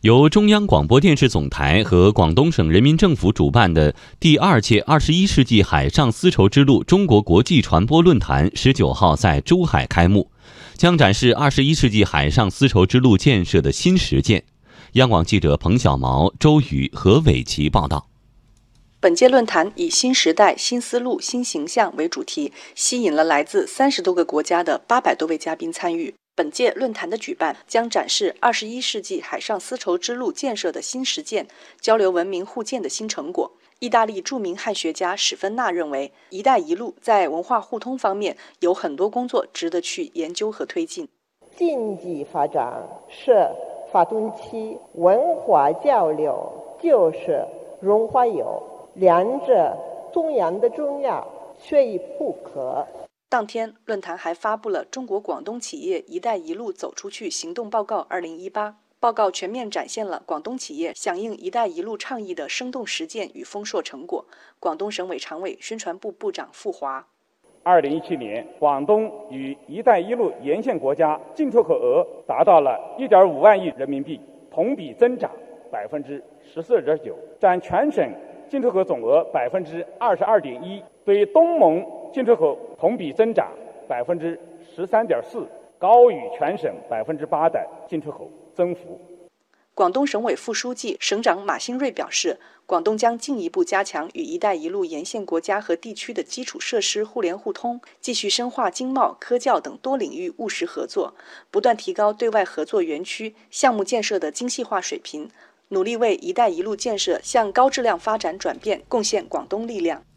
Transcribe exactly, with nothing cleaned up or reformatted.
由中央广播电视总台和广东省人民政府主办的第二届二十一世纪海上丝绸之路中国国际传播论坛十九号在珠海开幕，将展示二十一世纪海上丝绸之路建设的新实践。央广记者彭小毛、周宇、何伟奇报道。 本届论坛以新时代、新思路、新形象为主题，吸引了来自三十多个国家的八百多位嘉宾参与。本届论坛的举办将展示二十一世纪海上丝绸之路建设的新实践，交流文明互鉴的新成果。意大利著名汉学家史芬纳认为，一带一路在文化互通方面有很多工作值得去研究和推进。 经济发展是发动期，文化交流就是润滑油，两者同样的重要，缺一不可。 当天，论坛还发布了《中国广东企业“一带一路”走出去行动报告二零一八》。报告全面展现了广东企业响应“一带一路”倡议的生动实践与丰硕成果。广东省委常委、宣传部部长傅华： 二零一七年，广东与“一带一路”沿线国家进出口额达到了一点五万亿人民币，同比增长百分之十四点九，占全省进出口总额百分之二十二点一。对东盟进出口同比增长百分之十三点四，高于全省百分之八的进出口增幅。 广东省委副书记、省长马兴瑞表示，广东将进一步加强与“一带一路”沿线国家和地区的基础设施互联互通，继续深化经贸、科教等多领域务实合作，不断提高对外合作园区项目建设的精细化水平，努力为“一带一路”建设向高质量发展转变贡献广东力量。